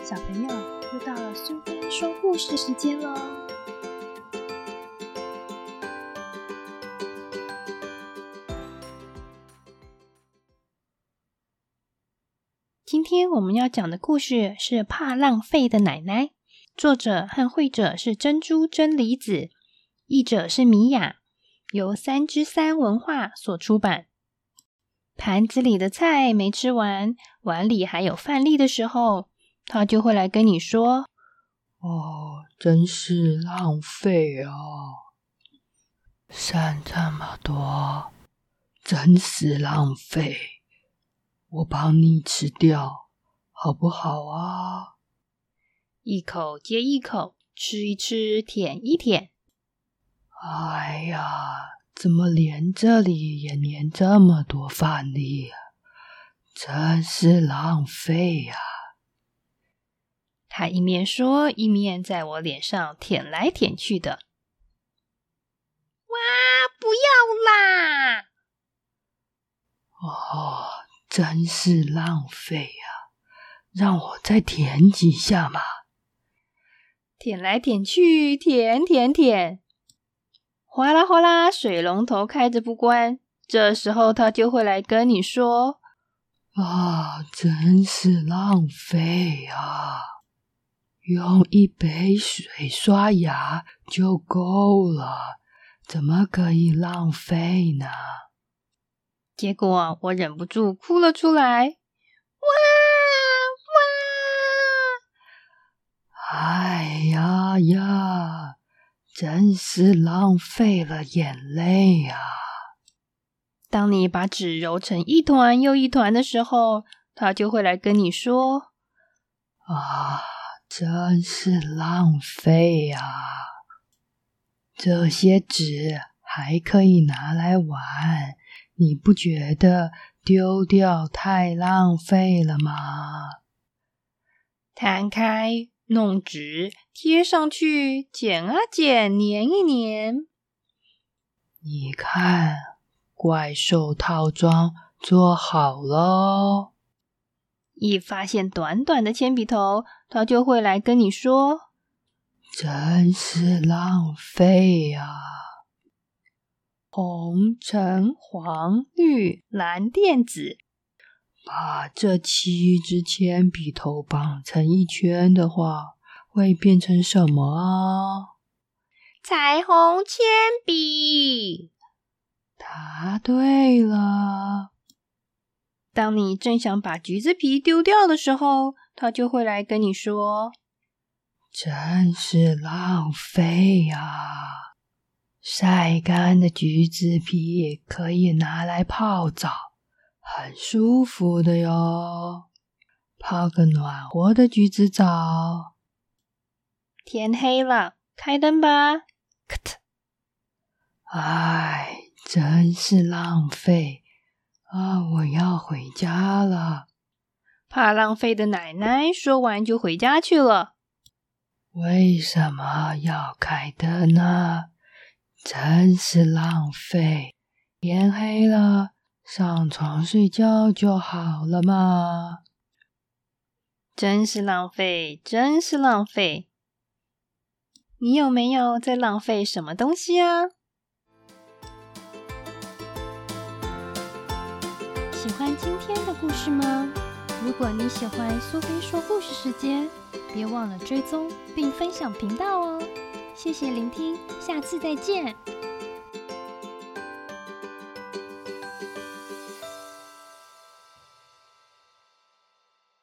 小朋友，又到了苏菲说故事时间咯。今天我们要讲的故事是怕浪费的奶奶，作者和绘者是珍珠真理子，译者是米雅，由3之3文化所出版。盘子里的菜没吃完，碗里还有饭粒的时候，他就会来跟你说， 真是浪费啊，剩这么多，真是浪费，我帮你吃掉好不好啊？ 一口接一口，吃一吃，舔一舔。 哎呀，怎么连这里也粘这么多饭粒啊？真是浪费呀！ 他一面说，一面在我脸上舔来舔去的。哇，不要啦！ 真是浪费呀！让我再舔几下嘛。 舔来舔去，舔舔舔。哗啦哗啦，水龙头开着不关，这时候他就会来跟你说， 真是浪费啊！用一杯水刷牙就够了，怎么可以浪费呢？ 结果我忍不住哭了出来，哇哇！哎呀，真是浪费了眼泪啊！ 当你把纸揉成一团又一团的时候，他就会来跟你说， 真是浪费啊！这些纸还可以拿来玩，你不觉得丢掉太浪费了吗？ 摊开，弄直，贴上去，剪啊剪，粘一粘。 你看，怪兽套装做好咯。 一发现短短的铅笔头，他就会来跟你说， 真是浪费啊！ 红、橙、黄、绿、蓝、靛、紫。 把这7支铅笔头绑成一圈的话，会变成什么啊？ 彩虹铅笔。 答对了。 当你正想把橘子皮丢掉的时候，他就会来跟你说， 真是浪费啊！晒干的橘子皮可以拿来泡澡，很舒服的哟。泡个暖和的橘子澡。 天黑了，开灯吧。咔嚓。 真是浪费我要回家了。 怕浪费的奶奶说完就回家去了。 为什么要开灯呢？真是浪费。天黑了，上床睡觉就好了嘛。 真是浪费，真是浪费。你有没有在浪费什么东西啊？喜欢今天的故事吗？如果你喜欢苏菲说故事时间，别忘了追踪并分享频道哦。谢谢聆听，下次再见。